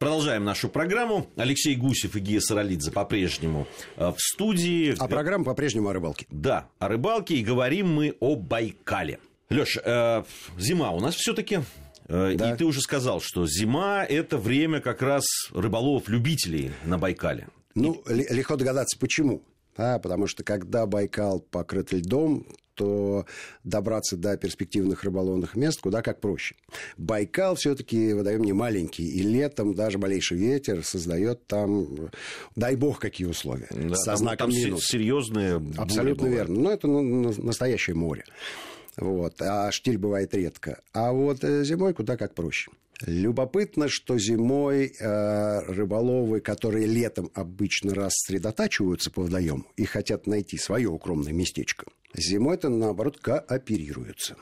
Продолжаем нашу программу. Алексей Гусев и Гия Саралидзе по-прежнему в студии. А программа по-прежнему о рыбалке. Да, о рыбалке. И говорим мы о Байкале. Лёш, зима у нас все-таки. Да. И ты уже сказал, что зима – это время как раз рыболовов-любителей на Байкале. Ну, легко догадаться, почему. Да, потому что когда Байкал покрыт льдом, то добраться до перспективных рыболовных мест куда как проще. Байкал все-таки водоем не маленький, и летом даже малейший ветер создает там, дай бог, какие условия. Да, со знаком минус. Серьезные. Абсолютно верно. Но это настоящее море. Вот. А штиль бывает редко. А вот зимой куда как проще. Любопытно, что зимой рыболовы, которые летом обычно рассредотачиваются по водоему и хотят найти свое укромное местечко, зимой-то, наоборот, кооперируются.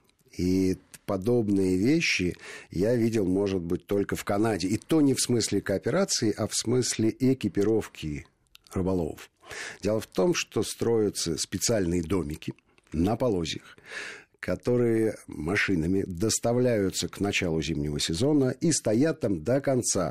И подобные вещи я видел, может быть, только в Канаде. И то не в смысле кооперации, а в смысле экипировки рыболовов. Дело в том, что строятся специальные домики на полозьях, которые машинами доставляются к началу зимнего сезона и стоят там до конца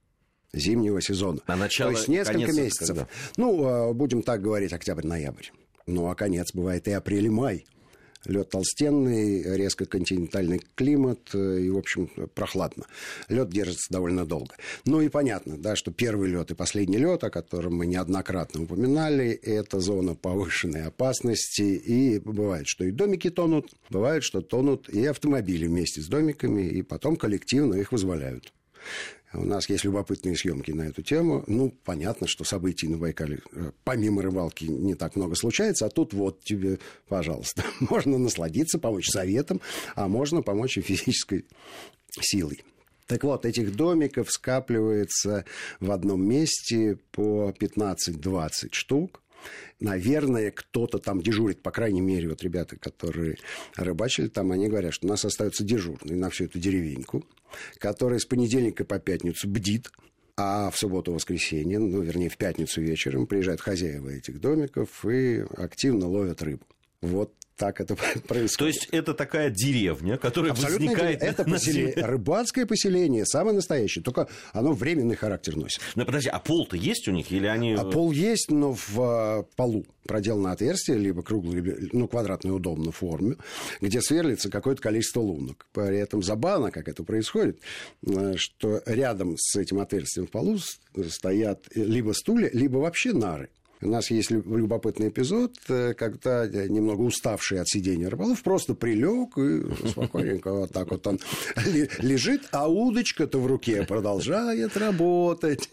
зимнего сезона. А начало, то есть несколько месяцев. Когда? Ну, будем так говорить, октябрь-ноябрь. Ну, а конец бывает и апрель-май. Лед толстенный, резко континентальный климат и, в общем, прохладно. Лед держится довольно долго. Ну и понятно, да, что первый лед и последний лед, о котором мы неоднократно упоминали, это зона повышенной опасности. И бывает, что и домики тонут, бывает, что тонут и автомобили вместе с домиками, и потом коллективно их вызволяют. У нас есть любопытные съемки на эту тему. Ну, понятно, что событий на Байкале, помимо рыбалки, не так много случается. А тут вот тебе, пожалуйста, можно насладиться, помочь советом, а можно помочь и физической силой. Так вот, этих домиков скапливается в одном месте по 15-20 штук. Наверное, кто-то там дежурит, по крайней мере, вот ребята, которые рыбачили там, они говорят, что у нас остается дежурный на всю эту деревеньку, который с понедельника по пятницу бдит, а в субботу-воскресенье, ну, вернее, в пятницу вечером приезжают хозяева этих домиков и активно ловят рыбу. Вот так это происходит. То есть это такая деревня, которая абсолютно возникает... Это рыбацкое поселение, самое настоящее, только оно временный характер носит. Ну, подожди, а пол-то есть у них? Или они... А пол есть, но в полу проделано отверстие, либо круглое, ну, квадратной удобно форме, где сверлится какое-то количество лунок. При этом забавно, как это происходит, что рядом с этим отверстием в полу стоят либо стулья, либо вообще нары. У нас есть любопытный эпизод, когда немного уставший от сидения рыболов просто прилег и спокойненько вот так вот он лежит, а удочка-то в руке продолжает работать.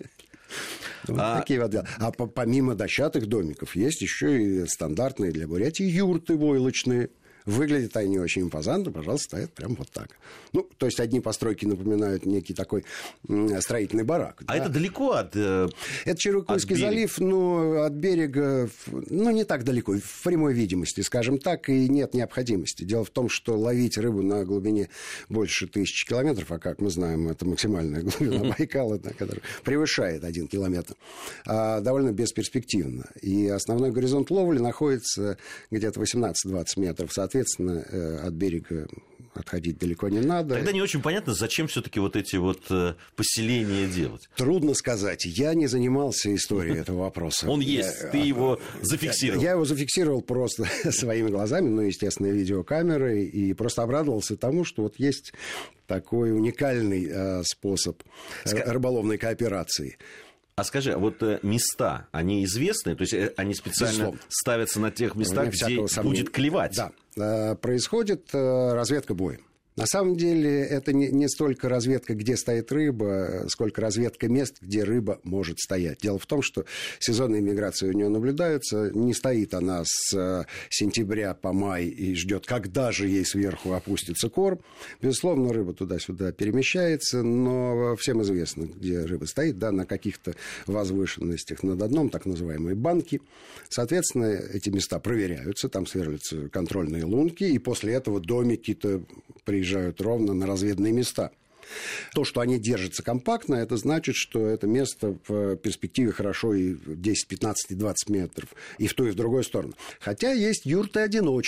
Вот такие вот дела. А помимо дощатых домиков есть еще и стандартные для Бурятии юрты войлочные. Выглядят они очень импозантно, пожалуйста, стоят прям вот так. Ну, то есть, одни постройки напоминают некий такой строительный барак. А да? Это далеко от Это Чирикуйский залив, ну, от берега, ну, не так далеко, в прямой видимости, скажем так, и нет необходимости. Дело в том, что ловить рыбу на глубине больше 1000 километров, а как мы знаем, это максимальная глубина Байкала, которая превышает 1 километр, довольно бесперспективно. И основной горизонт ловли находится где-то 18-20 метров, соответственно, от берега отходить далеко не надо. Тогда не очень понятно, зачем все-таки вот эти вот поселения делать. Трудно сказать. Я не занимался историей этого вопроса. Он есть, ты его зафиксировал. Я его зафиксировал просто своими глазами, ну, естественно, видеокамерой, и просто обрадовался тому, что вот есть такой уникальный способ рыболовной кооперации. А скажи, а вот места, они известны? То есть они специально ставятся на тех местах, где будет клевать? Да. Происходит разведка боем. На самом деле это не столько разведка, где стоит рыба, сколько разведка мест, где рыба может стоять. Дело в том, что сезонные миграции у нее наблюдаются. Не стоит она с сентября по май и ждет, когда же ей сверху опустится корм. Безусловно, рыба туда-сюда перемещается, но всем известно, где рыба стоит, да, на каких-то возвышенностях над дном, так называемые банки. Соответственно, эти места проверяются, там сверлятся контрольные лунки, и после этого домики-то приезжают ровно на разведанные места. То, что они держатся компактно, это значит, что это место в перспективе хорошо и 10, 15 и 20 метров и в ту, и в другую сторону. Хотя есть юрты-одиночки,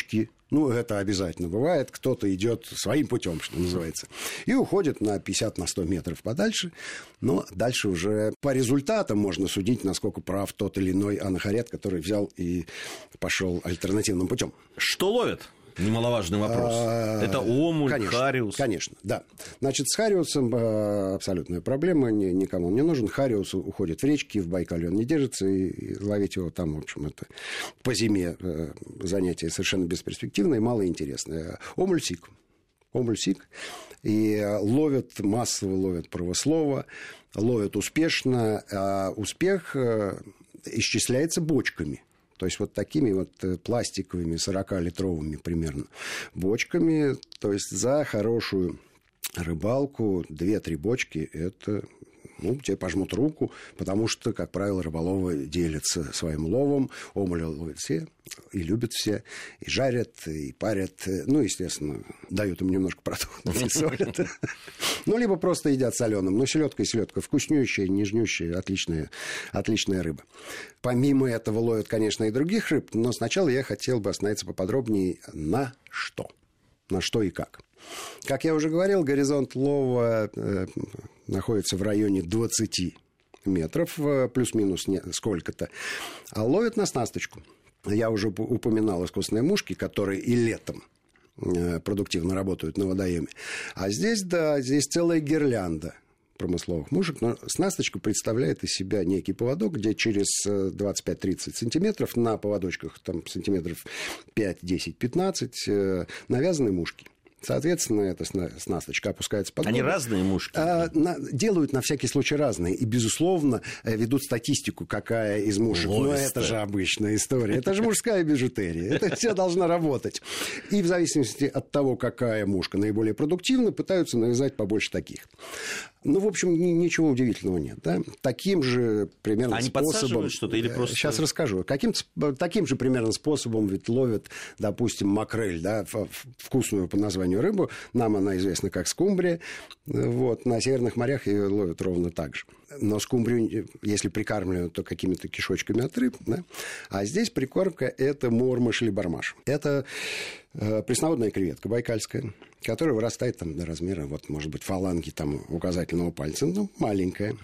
Ну, это обязательно бывает. Кто-то идет своим путем, что называется. И уходит на 50-100 метров подальше. Но дальше уже по результатам можно судить, насколько прав тот или иной анахорет, который взял и пошел альтернативным путем. Что ловят? Немаловажный вопрос. Это омуль, конечно, хариус. Конечно, да. Значит, с хариусом абсолютная проблема. Никому он не нужен. Хариус уходит в речки, в Байкале он не держится. И ловить его там, в общем, это по зиме занятие совершенно бесперспективное и малоинтересное. Омуль-сик. Омуль-сик. И ловят, массово ловят правослово, ловят успешно. А успех исчисляется бочками. То есть вот такими вот пластиковыми 40-литровыми примерно бочками. То есть за хорошую рыбалку 2-3 бочки – это, ну, тебе пожмут руку, потому что, как правило, рыболовы делятся своим ловом. Омуля ловят все, и любят все, и жарят, и парят. Ну, естественно, дают им немножко продуктов и солят. Ну, либо просто едят соленым. Но селедка и селедка вкуснющая, нежнющая, отличная рыба. Помимо этого ловят, конечно, и других рыб, но сначала я хотел бы остановиться поподробнее на что. На что и как. Как я уже говорил, горизонт лова находится в районе 20 метров, плюс-минус сколько-то, а ловят на снасточку. Я уже упоминал искусственные мушки, которые и летом продуктивно работают на водоеме. А здесь, да, здесь целая гирлянда промысловых мушек. Но снасточка представляет из себя некий поводок, где через 25-30 сантиметров на поводочках там, сантиметров 5, 10, 15 навязаны мушки. Соответственно, эта снасточка опускается под воду. Они разные мушки? Делают на всякий случай разные. И, безусловно, ведут статистику, какая из мушек. Но это же обычная история. Это же мужская бижутерия. Это все должно работать. И в зависимости от того, какая мушка наиболее продуктивна, пытаются навязать побольше таких. Ну, в общем, ничего удивительного нет. Да? Таким же примерно Они способом... подсаживают что-то или просто... Сейчас расскажу. Таким же примерно способом ведь ловят, допустим, макрель, да, вкусную по названию рыбу. Нам она известна как скумбрия. Вот. На северных морях ее ловят ровно так же. Но скумбрию, если прикармливают, то какими-то кишочками от рыб. Да? А здесь прикормка – это мормыш или бармаш. Это пресноводная креветка байкальская, которая вырастает там до размера, вот, может быть, фаланги там, указательного пальца. Ну, маленькая.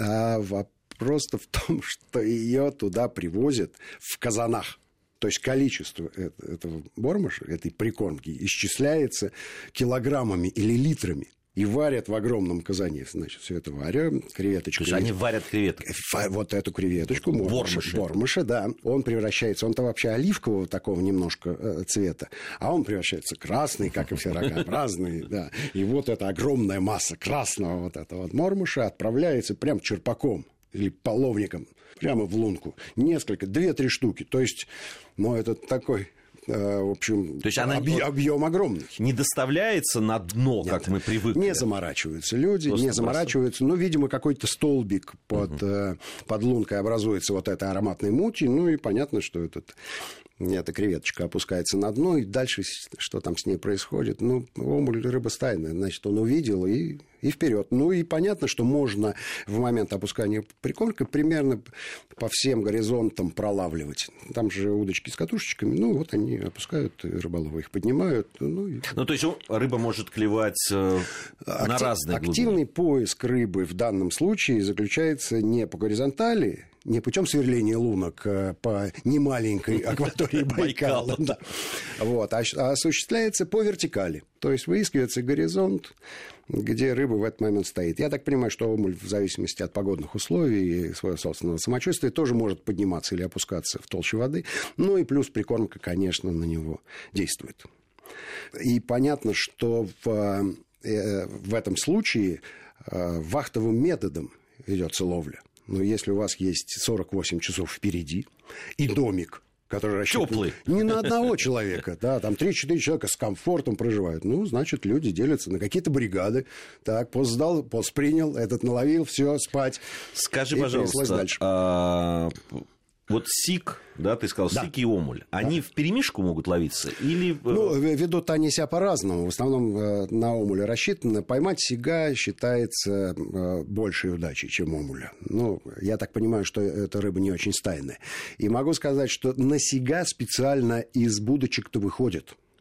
А вопрос-то в том, что ее туда привозят в казанах. То есть количество этого бормыша, этой прикормки, исчисляется килограммами или литрами. И варят в огромном казане. Значит, все это варят. Креветочку. То есть они варят креветку? Вот эту креветочку. Бормыша, да. Он превращается... Он-то вообще оливкового такого немножко цвета. А он превращается красный, как и все ракообразные. Да. И вот эта огромная масса красного вот этого вот мормыша отправляется прям черпаком или половником прямо в лунку. Несколько, 2-3 штуки. То есть, ну, это такой... В общем, то есть она объем огромный. Не доставляется на дно, нет, как мы привыкли. Не заморачиваются люди, просто не заморачиваются. Ну, видимо, какой-то столбик под лункой образуется вот этой ароматной мути. Ну, и понятно, что эта креветочка опускается на дно, и дальше что там с ней происходит. Ну, омуль рыба стайная, значит, он увидел и вперед. Ну, и понятно, что можно в момент опускания прикормки примерно по всем горизонтам пролавливать. Там же удочки с катушечками, ну, вот они опускают, рыболовы их поднимают. Ну, то есть рыба может клевать на разные глубины. Активный поиск рыбы в данном случае заключается не по горизонтали, не путем сверления лунок по немаленькой акватории Байкала, да. Вот, а осуществляется по вертикали. То есть выискивается горизонт, где рыба в этот момент стоит. Я так понимаю, что омуль в зависимости от погодных условий и своего собственного самочувствия тоже может подниматься или опускаться в толще воды. Ну и плюс прикормка, конечно, на него действует. И понятно, что в этом случае вахтовым методом ведется ловля. Но если у вас есть 48 часов впереди и домик, который рассчитан теплый, не на одного человека, да, там 3-4 человека с комфортом проживают, ну, значит, люди делятся на какие-то бригады. Так, пост сдал, пост принял, этот наловил, все, спать. Скажи, пожалуйста, вот сик, да, ты сказал, да. Сик и омуль, они вперемешку могут ловиться? Или... Ну, ведут они себя по-разному. В основном на омуле рассчитано. Поймать сига считается большей удачей, чем омуля. Ну, я так понимаю, что эта рыба не очень стайная. И могу сказать, что на сига специально из будочек-то выходят.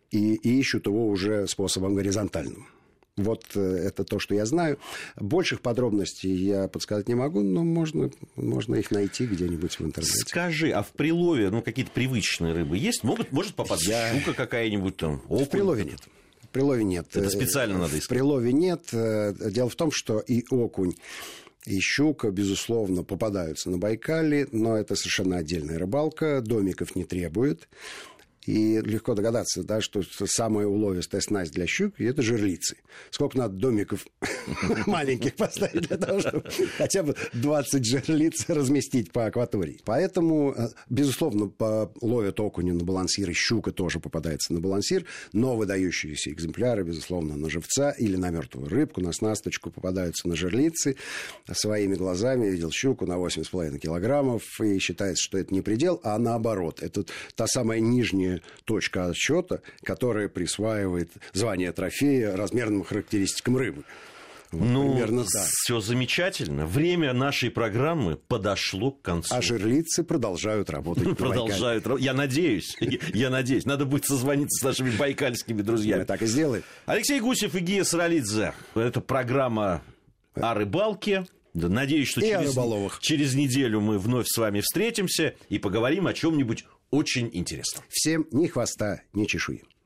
и ищут его уже способом горизонтальным. Вот это то, что я знаю. Больших подробностей я подсказать не могу, но можно их найти где-нибудь в интернете. Скажи, а в прилове какие-то привычные рыбы есть? Может попасться щука какая-нибудь там? Окунь? В прилове нет. В прилове нет. Это специально надо искать? В прилове нет. Дело в том, что и окунь, и щука, безусловно, попадаются на Байкале, но это совершенно отдельная рыбалка, домиков не требует. И легко догадаться, да, что самая уловистая снасть для щуки – это жерлицы. Сколько надо домиков маленьких поставить для того, чтобы хотя бы 20 жерлиц разместить по акватории. Поэтому, безусловно, ловят окуня на балансир, и щука тоже попадается на балансир, но выдающиеся экземпляры, безусловно, на живца или на мертвую рыбку, на снасточку попадаются на жерлицы. Своими глазами я видел щуку на 8,5 килограммов, и считается, что это не предел, а наоборот. Это та самая нижняя точка отсчета, которая присваивает звание трофея размерным характеристикам рыбы. Вот, примерно так. Все замечательно. Время нашей программы подошло к концу. А жерлицы продолжают работать. Продолжают. Я надеюсь. Надо будет созвониться с нашими байкальскими друзьями. Мы так и сделаем. Алексей Гусев и Гия Саралидзе. Это программа о рыбалке. Надеюсь, что через неделю мы вновь с вами встретимся и поговорим о чем-нибудь очень интересном. Всем ни хвоста, ни чешуи.